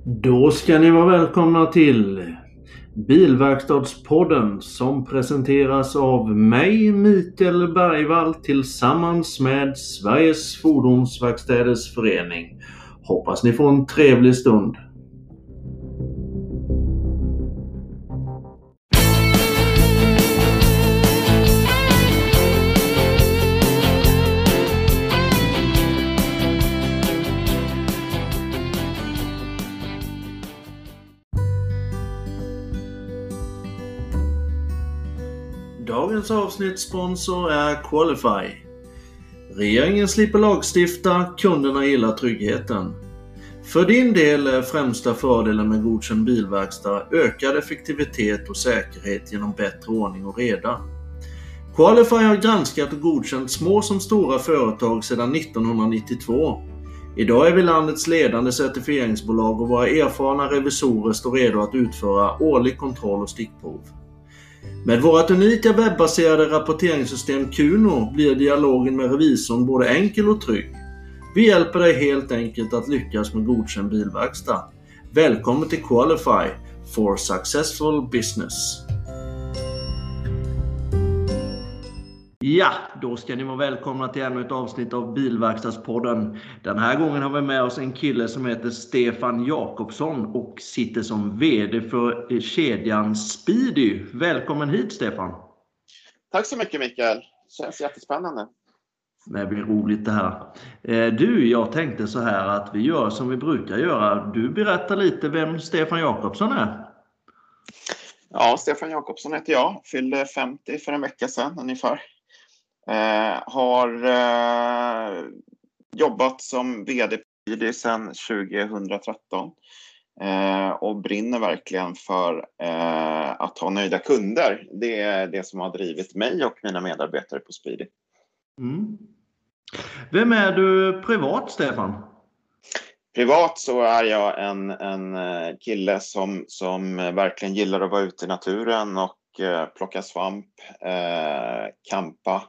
Då ska ni vara välkomna till Bilverkstadspodden som presenteras av mig, Mikael Bergvall, tillsammans med Sveriges Fordonsverkstäders Förening. Hoppas ni får en trevlig stund. Dagens avsnittssponsor är Qualify. Regeringen slipper lagstifta, kunderna gillar tryggheten. För din del är främsta fördelen med godkänd bilverkstad ökad effektivitet och säkerhet genom bättre ordning och reda. Qualify har granskat och godkänt små som stora företag sedan 1992. Idag är vi landets ledande certifieringsbolag och våra erfarna revisorer står redo att utföra årlig kontroll och stickprov. Med vårt unika webbaserade rapporteringssystem Kuno blir dialogen med revisorn både enkel och trygg. Vi hjälper dig helt enkelt att lyckas med godkänd bilverkstad. Välkommen till Qualify for successful business. Ja, då ska ni vara välkomna till ännu ett avsnitt av Bilverkstadspodden. Den här gången har vi med oss en kille som heter Stefan Jakobsson och sitter som vd för kedjan Speedy. Välkommen hit, Stefan. Tack så mycket, Mikael. Känns jättespännande. Det blir roligt det här. Jag tänkte så här att vi gör som vi brukar göra. Du berättar lite vem Stefan Jakobsson är. Ja, Stefan Jakobsson heter jag. Fyllde 50 för en vecka sedan ungefär. Har jobbat som vd på Speedy sedan 2013 och brinner verkligen för att ha nöjda kunder. Det är det som har drivit mig och mina medarbetare på Speedy. Mm. Vem är du privat, Stefan? Privat så är jag en kille som verkligen gillar att vara ute i naturen och plocka svamp, kampa.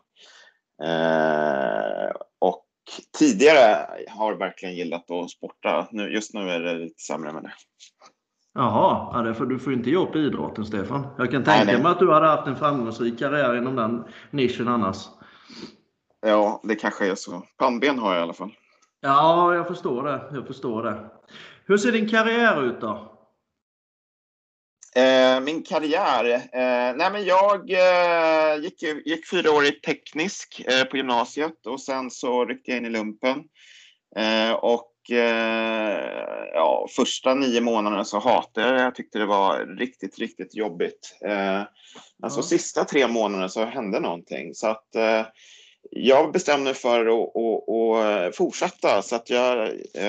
Och tidigare har verkligen gillat att sporta. Just nu är det lite sämre med det. Jaha, därför du får inte ge upp idrotten, Stefan. Jag kan tänka mig att du hade haft en framgångsrik karriär inom den nischen annars. Ja, det kanske är så. Pannben har jag i alla fall. Ja, jag förstår det. Hur ser din karriär ut då? Min karriär? Jag gick 4 år i teknisk på gymnasiet och sen så ryckte jag in i lumpen. Första 9 månaderna så hatade jag. Jag tyckte det var riktigt, riktigt jobbigt. Sista 3 månaderna så hände någonting. Så att jag bestämde mig för att fortsätta. Så att jag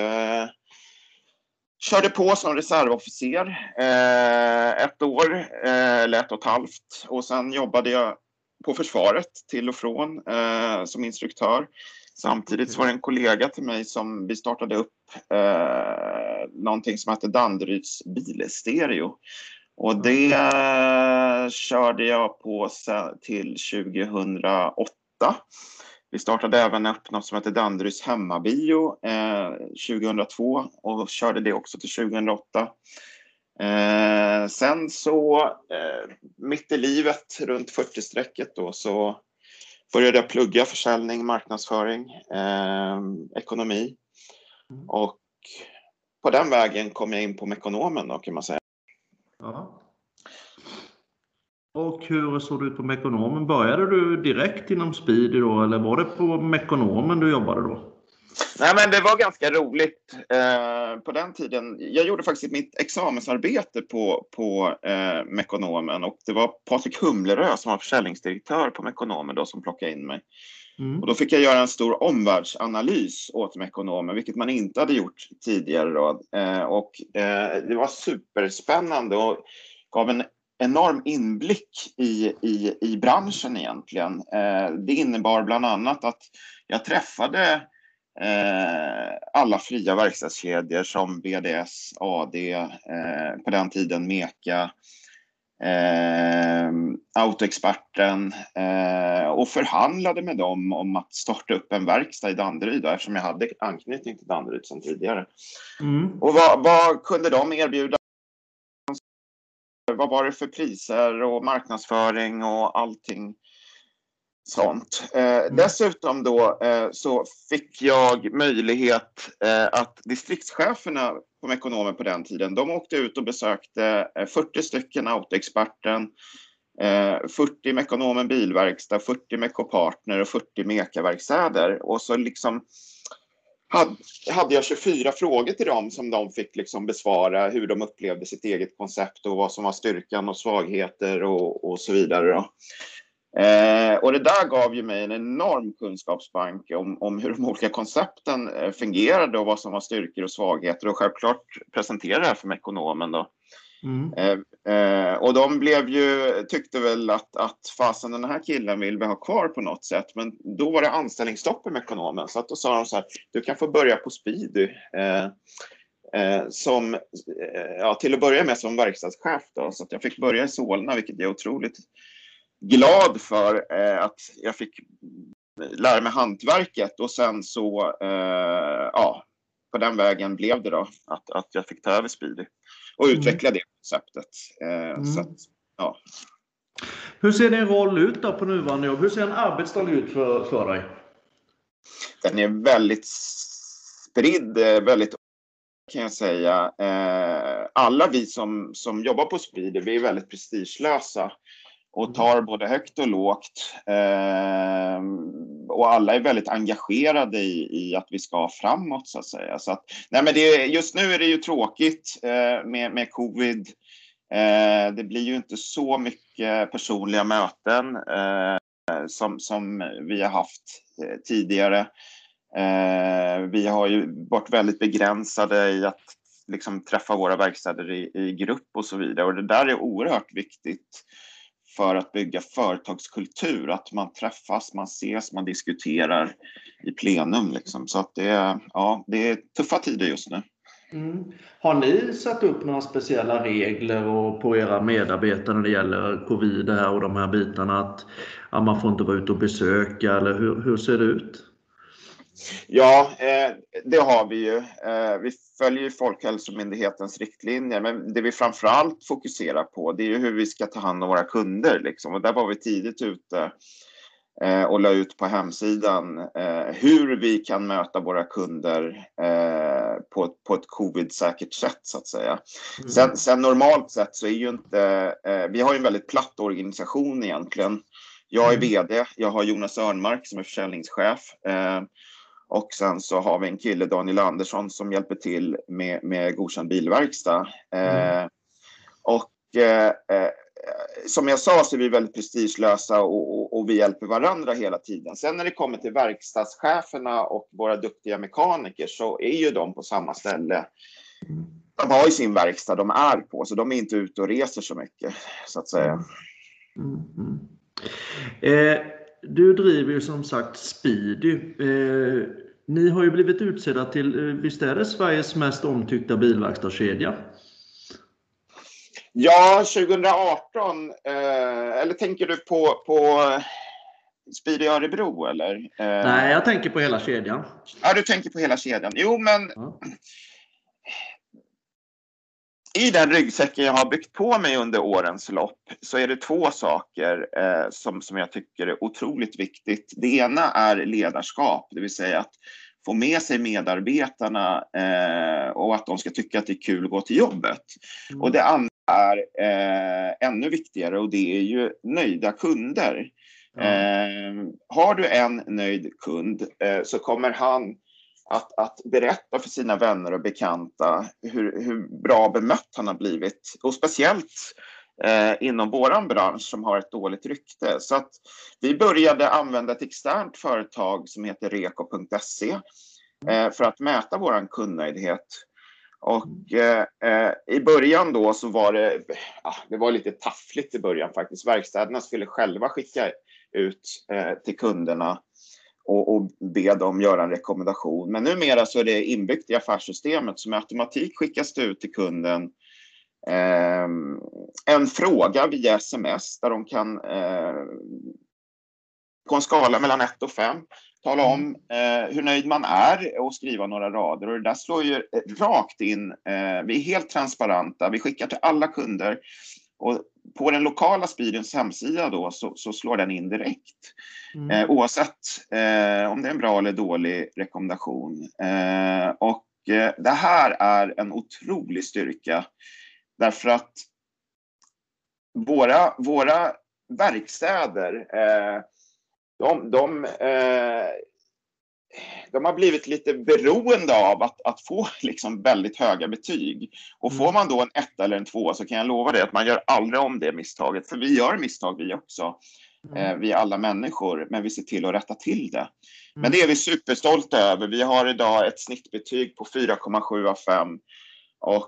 körde på som reservofficer 1 år eller 1,5. Och sen jobbade jag på försvaret till och från som instruktör. Samtidigt så var det en kollega till mig som vi startade upp någonting som heter Danderyds bilstereo. Och det körde jag på till 2008. Vi startade även upp något som heter Danderyds hemmabio 2002 och körde det också till 2008. Sen så mitt i livet runt 40-strecket då så började jag plugga försäljning, marknadsföring, ekonomi. Och på den vägen kom jag in på Mekonomen då, kan man säga. Ja. Och hur såg du ut på Mekonomen? Började du direkt inom Speedy då, eller var det på Mekonomen du jobbade då? Nej, men det var ganska roligt på den tiden. Jag gjorde faktiskt mitt examensarbete på Mekonomen och det var Patrik Humlerö som var försäljningsdirektör på Mekonomen då som plockade in mig. Och då fick jag göra en stor omvärldsanalys åt Mekonomen, vilket man inte hade gjort tidigare då. Det var superspännande och gav en enorm inblick i branschen egentligen. Det innebar bland annat att jag träffade alla fria verkstadskedjor som BDS, AD, på den tiden Meka, Autoexperten och förhandlade med dem om att starta upp en verkstad i Danderyd, eftersom jag hade anknytning till Danderyd sedan tidigare. Och vad kunde de erbjuda? Vad var det för priser och marknadsföring och allting sånt. Dessutom då så fick jag möjlighet att distriktscheferna på Mekonomen på den tiden, de åkte ut och besökte 40 stycken Autoexperten, 40 Mekonomen bilverkstad, 40 Mekopartner och 40 Mekaverkstäder. Och så liksom hade jag 24 frågor till dem som de fick liksom besvara, hur de upplevde sitt eget koncept och vad som var styrkan och svagheter och så vidare då. Och det där gav ju mig en enorm kunskapsbank om hur de olika koncepten fungerade och vad som var styrkor och svagheter, och självklart presentera det här för Mekonomen då. Och de tyckte väl att fasen, den här killen vill vi ha kvar på något sätt, men då var det anställningsstopp i Mekonomen, så att då sa de så här: du kan få börja på Speedy som till att börja med som verkstadschef då, så att jag fick börja i Solna, vilket jag är otroligt glad för, att jag fick lära mig hantverket, och sen så på den vägen blev det då att jag fick ta över Speedy och utveckla det konceptet. Så att, ja. Hur ser din roll ut då på nuvarande jobb? Hur ser en arbetsdag ut för dig? Den är väldigt spridd, väldigt, kan jag säga. Alla vi som jobbar på Speedy, vi är väldigt prestigelösa och tar både högt och lågt. Och alla är väldigt engagerade i att vi ska framåt, så att säga. Så att, nej, men just nu är det ju tråkigt med covid. Det blir ju inte så mycket personliga möten som vi har haft tidigare. Vi har ju varit väldigt begränsade i att liksom träffa våra verkstäder i grupp och så vidare. Och det där är oerhört viktigt för att bygga företagskultur, att man träffas, man ses, man diskuterar i plenum liksom. Så att det är tuffa tider just nu. Har ni satt upp några speciella regler och på era medarbetare när det gäller covid här och de här bitarna, att man får inte vara ute och besöka, eller hur ser det ut? Ja, det har vi ju. Vi följer ju Folkhälsomyndighetens riktlinjer, men det vi framförallt fokuserar på, det är ju hur vi ska ta hand om våra kunder liksom. Och där var vi tidigt ute och la ut på hemsidan hur vi kan möta våra kunder på ett covid-säkert sätt, så att säga. Sen normalt sett så är ju inte, vi har ju en väldigt platt organisation egentligen. Jag är vd, jag har Jonas Örnmark som är försäljningschef. Och sen så har vi en kille, Daniel Andersson, som hjälper till med godkänd bilverkstad. Som jag sa så är vi väldigt prestigelösa och vi hjälper varandra hela tiden. Sen när det kommer till verkstadscheferna och våra duktiga mekaniker, så är ju de på samma ställe. De har ju sin verkstad de är på, så de är inte ute och reser så mycket, så att säga. Du driver ju som sagt Speedy. Ni har ju blivit utsedda till, visst är det Sveriges mest omtyckta bilverkstadskedja? Ja, 2018. Eller tänker du på Speedy Örebro, eller? Nej, jag tänker på hela kedjan. Ja, du tänker på hela kedjan. Jo, men i den ryggsäcken jag har byggt på mig under årens lopp så är det två saker som jag tycker är otroligt viktigt. Det ena är ledarskap, det vill säga att få med sig medarbetarna och att de ska tycka att det är kul att gå till jobbet. Och det andra är ännu viktigare, och det är ju nöjda kunder. Har du en nöjd kund så kommer han att berätta för sina vänner och bekanta hur bra bemött han har blivit. Och speciellt inom våran bransch som har ett dåligt rykte. Så att vi började använda ett externt företag som heter reko.se för att mäta våran kundnöjdhet. Och i början då så var det var lite taffligt i början faktiskt. Verkstäderna skulle själva skicka ut till kunderna och be dem göra en rekommendation. Men numera så är det inbyggt i affärssystemet, som med automatik skickas det ut till kunden en fråga via sms där de kan på en skala mellan 1 och 5 tala om hur nöjd man är och skriva några rader. Och det där slår ju rakt in. Vi är helt transparenta. Vi skickar till alla kunder. Och på den lokala Speedens hemsida då så slår den in direkt. Oavsett om det är en bra eller dålig rekommendation. Och det här är en otrolig styrka. Därför att våra verkstäder de har blivit lite beroende av att få liksom väldigt höga betyg. Och får man då en 1 eller en 2 så kan jag lova dig att man gör aldrig om det misstaget. För vi gör misstag vi också. Vi är alla människor, men vi ser till att rätta till det. Men det är vi superstolta över. Vi har idag ett snittbetyg på 4,7 av 5. Och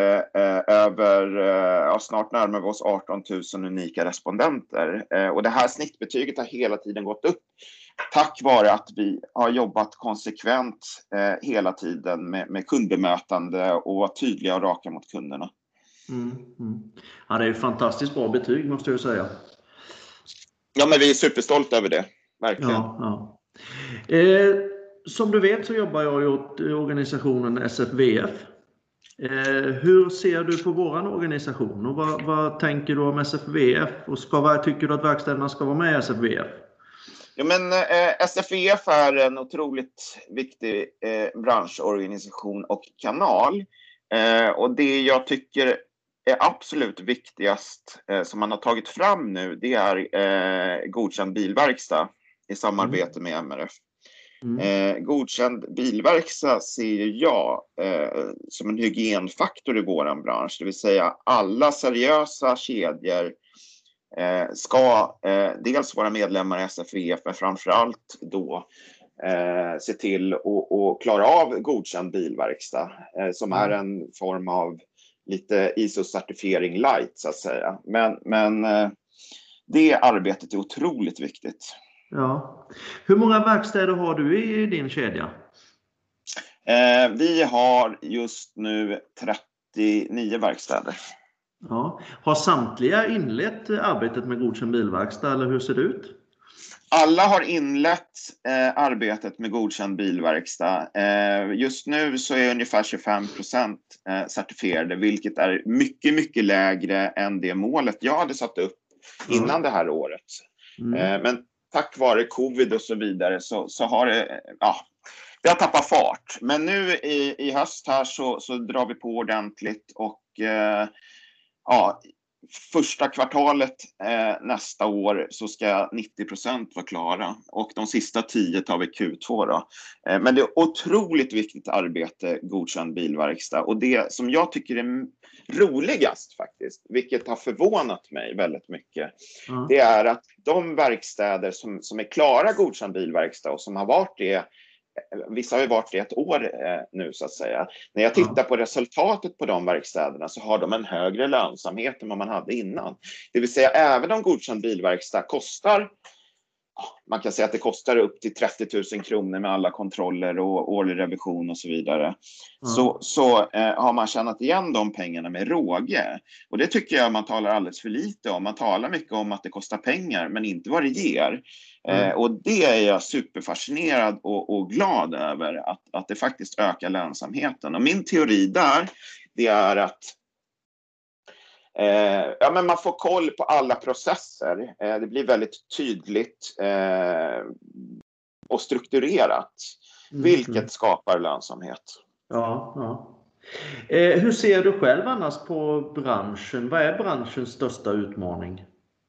snart närmar vi oss 18 000 unika respondenter. Och det här snittbetyget har hela tiden gått upp tack vare att vi har jobbat konsekvent hela tiden med kundbemötande och var tydliga och raka mot kunderna. Ja, det är ju fantastiskt bra betyg måste jag säga. Ja, men vi är superstolta över det, verkligen. Ja. Som du vet så jobbar jag åt organisationen SFVF. Hur ser du på våran organisation och vad tänker du om SFVF och tycker du att verkstäderna ska vara med i SFVF? Ja, men SFVF är en otroligt viktig branschorganisation och kanal. Och det jag tycker är absolut viktigast som man har tagit fram nu, det är godkänd bilverkstad i samarbete med MRF. Godkänd bilverkstad ser jag som en hygienfaktor i våran bransch. Det vill säga alla seriösa kedjor ska dels vara medlemmar i SFVF, men framförallt då se till att klara av godkänd bilverkstad som är en form av lite ISO-certifiering light så att säga. Men det arbetet är otroligt viktigt. Ja. Hur många verkstäder har du i din kedja? Vi har just nu 39 verkstäder. Ja. Har samtliga inlett arbetet med godkänd bilverkstad eller hur ser det ut? Alla har inlett arbetet med godkänd bilverkstad. Just nu så är ungefär 25% certifierade, vilket är mycket, mycket lägre än det målet jag hade satt upp innan det här året. Men tack vare covid och så vidare så har det har tappat fart. Men nu i höst här så drar vi på ordentligt och första kvartalet nästa år så ska 90% vara klara och de sista 10 tar vi Q2 då. Men det är otroligt viktigt arbete, godkänd bilverkstad, och det som jag tycker är roligast faktiskt, vilket har förvånat mig väldigt mycket, det är att de verkstäder som är klara godkänd bilverkstad och som har varit det, vissa har ju varit det ett år nu så att säga. När jag tittar på resultatet på de verkstäderna så har de en högre lönsamhet än vad man hade innan. Det vill säga även om godkänd bilverkstad kostar, man kan säga att det kostar upp till 30 000 kronor med alla kontroller och årlig revision och så vidare. Så har man tjänat igen de pengarna med råge. Och det tycker jag man talar alldeles för lite om. Man talar mycket om att det kostar pengar men inte vad det ger. Och det är jag superfascinerad och glad över att det faktiskt ökar lönsamheten. Och min teori där, det är att men man får koll på alla processer. Det blir väldigt tydligt och strukturerat, vilket skapar lönsamhet. Ja. Hur ser du själv annars på branschen? Vad är branschens största utmaning?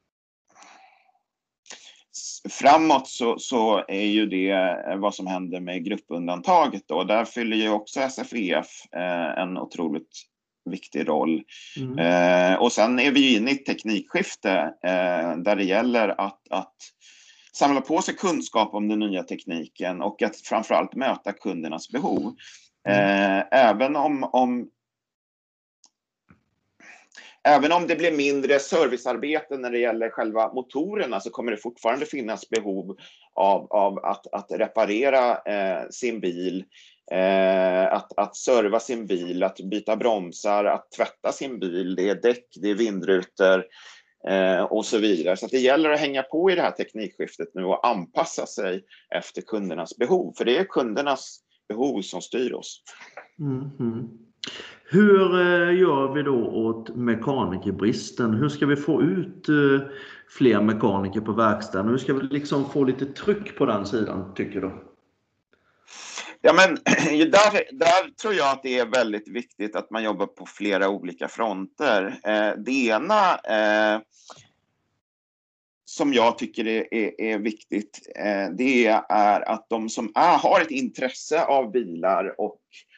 Framåt så är ju det vad som händer med gruppundantaget då. Där fyller ju också SFVF en otroligt viktig roll. Och sen är vi inne i ett teknikskifte där det gäller att samla på sig kunskap om den nya tekniken och att framförallt möta kundernas behov. Även om även om det blir mindre servicearbete när det gäller själva motorerna, så kommer det fortfarande finnas behov av att reparera sin bil, att serva sin bil, att byta bromsar, att tvätta sin bil. Det är däck, det är vindrutor och så vidare. Så att det gäller att hänga på i det här teknikskiftet nu och anpassa sig efter kundernas behov. För det är kundernas behov som styr oss. Mm-hmm. Hur gör vi då åt mekanikerbristen? Hur ska vi få ut fler mekaniker på verkstaden? Hur ska vi liksom få lite tryck på den sidan, tycker du? Ja, men där tror jag att det är väldigt viktigt att man jobbar på flera olika fronter. Det ena som jag tycker är viktigt, det är att de som har ett intresse av bilar och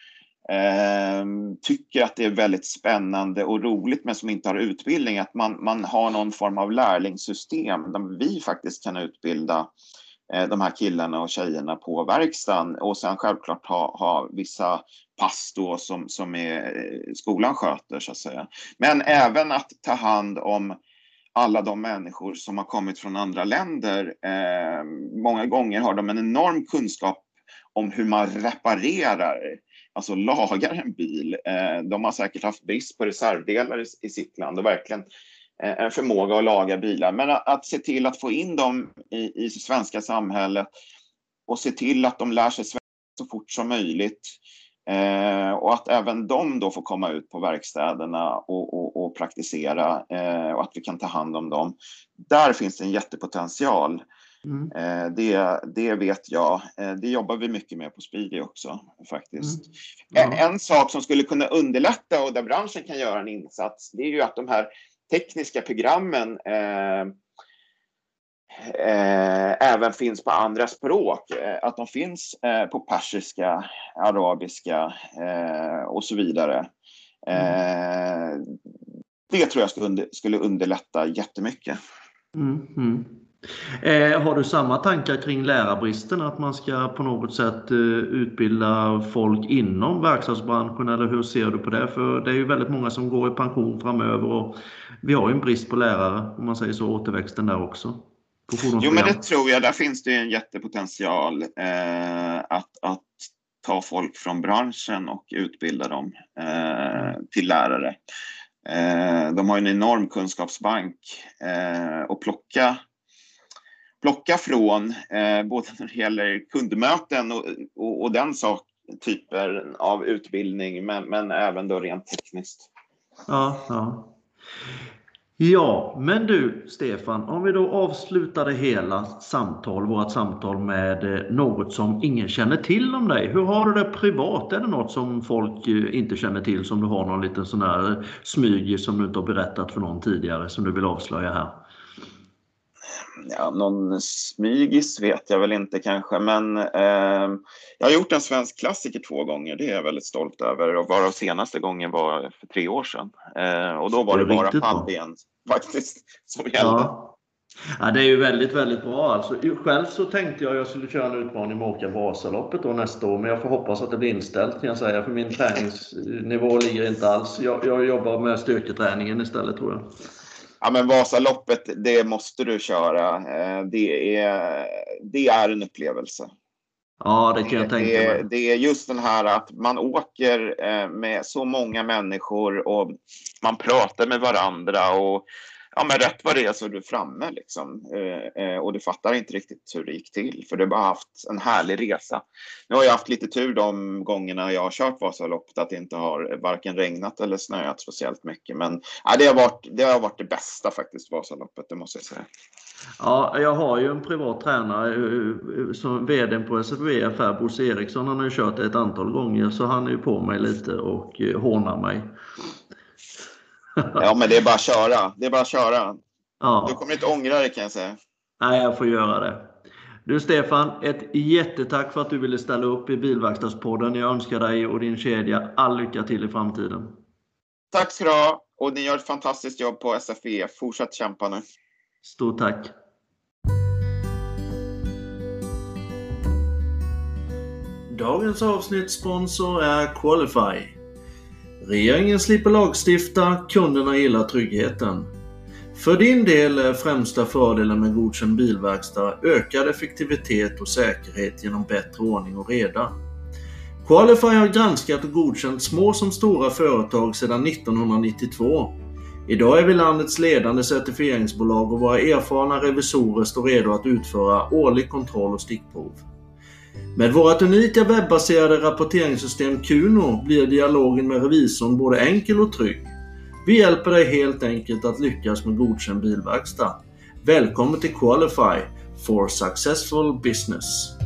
tycker att det är väldigt spännande och roligt men som inte har utbildning, att man har någon form av lärlingssystem där vi faktiskt kan utbilda de här killarna och tjejerna på verkstaden, och sen självklart ha vissa pass då som skolan sköter, så att säga. Men även att ta hand om alla de människor som har kommit från andra länder. Många gånger har de en enorm kunskap om hur man reparerar, alltså lagar en bil. De har säkert haft brist på reservdelar i sitt land och verkligen en förmåga att laga bilar. Men att se till att få in dem i svenska samhället och se till att de lär sig svenska så fort som möjligt. Och att även de då får komma ut på verkstäderna och praktisera, och att vi kan ta hand om dem. Där finns det en jättepotential. Det vet jag. Det jobbar vi mycket med på Speedy också faktiskt. En sak som skulle kunna underlätta och där branschen kan göra en insats, det är ju att de här tekniska programmen även finns på andra språk. Att de finns på persiska, arabiska och så vidare. Det tror jag skulle underlätta jättemycket. Har du samma tankar kring lärarbristen, att man ska på något sätt utbilda folk inom verkstadsbranschen, eller hur ser du på det? För det är ju väldigt många som går i pension framöver och vi har ju en brist på lärare, om man säger så, återväxten där också. Jo, men det tror jag, där finns det en jättepotential att ta folk från branschen och utbilda dem till lärare. De har en enorm kunskapsbank och plocka från, både när det gäller kundmöten och den typen av utbildning, men även då rent tekniskt. Ja, men du Stefan, om vi då avslutar vårt samtal med något som ingen känner till om dig. Hur har du det privat? Är det något som folk inte känner till, som du har någon liten sån här smyg som du inte har berättat för någon tidigare, som du vill avslöja här? Ja, någon smygis vet jag väl inte kanske, men jag har gjort en svensk klassiker 2 gånger. Det är jag väldigt stolt över, och varav senaste gången var för 3 år sedan. Och då var det bara pannben faktiskt som gällde. Ja, det är ju väldigt, väldigt bra. Alltså, själv så tänkte jag skulle köra en utmaning med att åka Vasaloppet då nästa år, men jag får hoppas att det blir inställt, kan jag säga, för min träningsnivå ligger inte alls. Jag jobbar med styrketräningen istället, tror jag. Ja, men Vasaloppet, det måste du köra. Det är en upplevelse. Ja, det kan jag tänka mig. Det är just den här att man åker med så många människor och man pratar med varandra, och ja, men rätt vad det är så är du framme liksom. Och du fattar inte riktigt hur det gick till, för du har bara haft en härlig resa. Nu har jag haft lite tur de gångerna jag har kört Vasaloppet, att det inte har varken regnat eller snöat speciellt mycket. Men ja, det har varit det bästa faktiskt, Vasaloppet, det måste jag säga. Ja, jag har ju en privat tränare som vd på SFV, Bosse Eriksson. Han har ju kört det ett antal gånger, så han är ju på mig lite och hånar mig. Ja, men det är bara att köra. Ja. Du kommer inte ångra det, kan jag säga. Nej, jag får göra det. Du Stefan, ett jättetack för att du ville ställa upp i Bilverkstadspodden. Jag önskar dig och din kedja all lycka till i framtiden. Tack ska du ha, och ni gör ett fantastiskt jobb på SFV. Fortsätt kämpa nu. Stort tack. Dagens avsnittssponsor är Qualify. Regeringen slipper lagstifta, kunderna gillar tryggheten. För din del är främsta fördelen med godkänd bilverkstad ökad effektivitet och säkerhet genom bättre ordning och reda. Qualify har granskat och godkänt små som stora företag sedan 1992. Idag är vi landets ledande certifieringsbolag och våra erfarna revisorer står redo att utföra årlig kontroll och stickprov. Med vårt unika webbaserade rapporteringssystem Kuno blir dialogen med revisorn både enkel och trygg. Vi hjälper dig helt enkelt att lyckas med godkänd bilverkstad. Välkommen till Qualify for successful business.